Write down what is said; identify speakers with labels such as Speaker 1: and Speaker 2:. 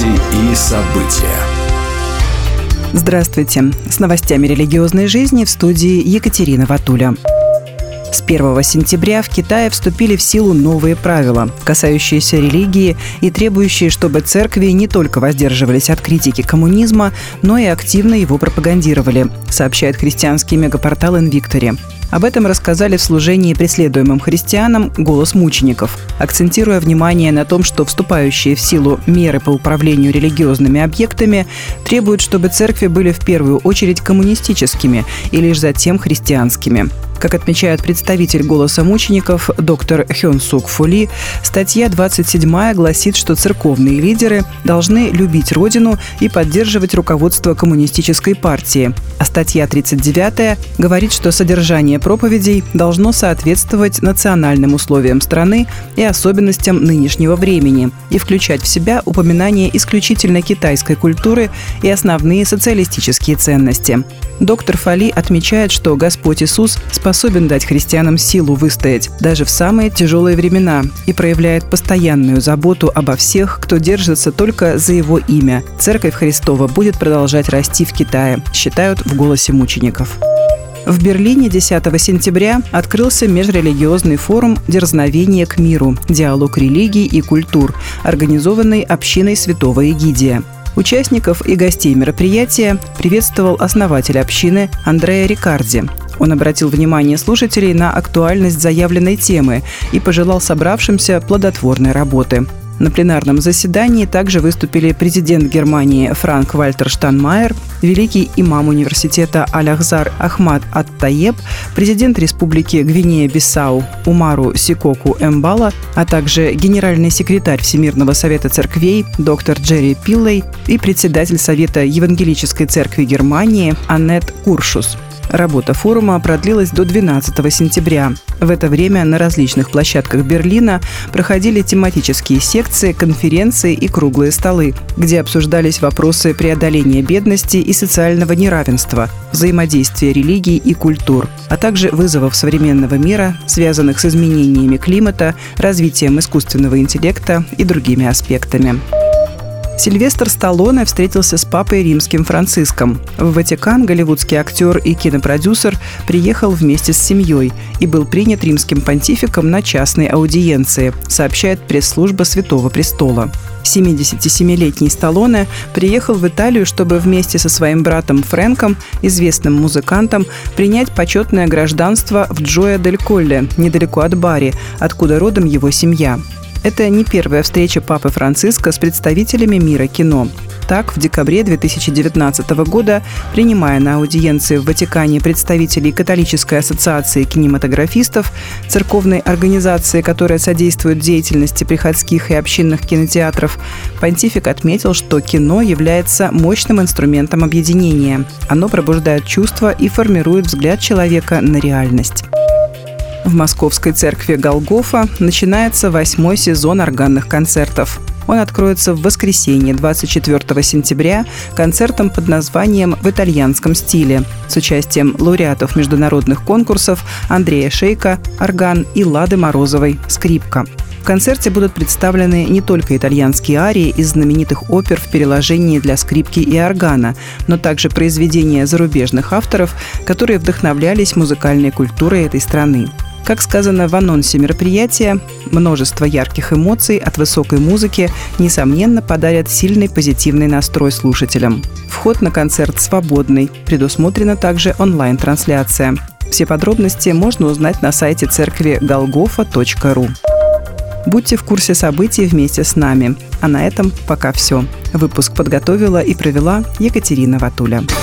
Speaker 1: Новости и события.
Speaker 2: Здравствуйте. С новостями религиозной жизни в студии Екатерина Ватуля. С 1 сентября в Китае вступили в силу новые правила, касающиеся религии и требующие, чтобы церкви не только воздерживались от критики коммунизма, но и активно его пропагандировали, сообщает христианский мегапортал «Инвиктори». Об этом рассказали в служении преследуемым христианам «Голос мучеников», акцентируя внимание на том, что вступающие в силу меры по управлению религиозными объектами требуют, чтобы церкви были в первую очередь коммунистическими и лишь затем христианскими. Как отмечает представитель «Голоса мучеников» доктор Хён Сук Фу Ли, статья 27 гласит, что церковные лидеры должны любить Родину и поддерживать руководство коммунистической партии. А статья 39 говорит, что содержание проповедей должно соответствовать национальным условиям страны и особенностям нынешнего времени и включать в себя упоминание исключительно китайской культуры и основные социалистические ценности. Доктор Фу Ли отмечает, что Господь Иисус способен дать христианам силу выстоять даже в самые тяжелые времена и проявляет постоянную заботу обо всех, кто держится только за Его имя. Церковь Христова будет продолжать расти в Китае, считают в «Голосе мучеников». В Берлине 10 сентября открылся межрелигиозный форум «Дерзновение к миру. Диалог религий и культур», организованный общиной Святого Эгидия. Участников и гостей мероприятия приветствовал основатель общины Андреа Рикарди. Он обратил внимание слушателей на актуальность заявленной темы и пожелал собравшимся плодотворной работы. На пленарном заседании также выступили президент Германии Франк-Вальтер Штайнмайер, великий имам университета Аль-Ахзар Ахмад Ат-Таеб, президент Республики Гвинея-Бисау Умару Сикоку Эмбала, а также генеральный секретарь Всемирного совета церквей доктор Джерри Пиллей и председатель Совета Евангелической церкви Германии Аннет Куршус. Работа форума продлилась до 12 сентября. В это время на различных площадках Берлина проходили тематические секции, конференции и круглые столы, где обсуждались вопросы преодоления бедности и социального неравенства, взаимодействия религий и культур, а также вызовов современного мира, связанных с изменениями климата, развитием искусственного интеллекта и другими аспектами. Сильвестр Сталлоне встретился с папой римским Франциском. В Ватикан голливудский актер и кинопродюсер приехал вместе с семьей и был принят римским понтификом на частной аудиенции, сообщает пресс-служба Святого Престола. 77-летний Сталлоне приехал в Италию, чтобы вместе со своим братом Фрэнком, известным музыкантом, принять почетное гражданство в Джоя-дель-Колле, недалеко от Бари, откуда родом его семья. Это не первая встреча папы Франциска с представителями мира кино. Так, в декабре 2019 года, принимая на аудиенции в Ватикане представителей Католической ассоциации кинематографистов, церковной организации, которая содействует деятельности приходских и общинных кинотеатров, понтифик отметил, что кино является мощным инструментом объединения. Оно пробуждает чувства и формирует взгляд человека на реальность. В Московской церкви Голгофа начинается 8-й сезон органных концертов. Он откроется в воскресенье, 24 сентября, концертом под названием «В итальянском стиле» с участием лауреатов международных конкурсов Андрея Шейка, орган, и Лады Морозовой, скрипка. В концерте будут представлены не только итальянские арии из знаменитых опер в переложении для скрипки и органа, но также произведения зарубежных авторов, которые вдохновлялись музыкальной культурой этой страны. Как сказано в анонсе мероприятия, множество ярких эмоций от высокой музыки, несомненно, подарят сильный позитивный настрой слушателям. Вход на концерт свободный, предусмотрена также онлайн-трансляция. Все подробности можно узнать на сайте церкви golgotha.ru. Будьте в курсе событий вместе с нами. А на этом пока все. Выпуск подготовила и провела Екатерина Ватуля.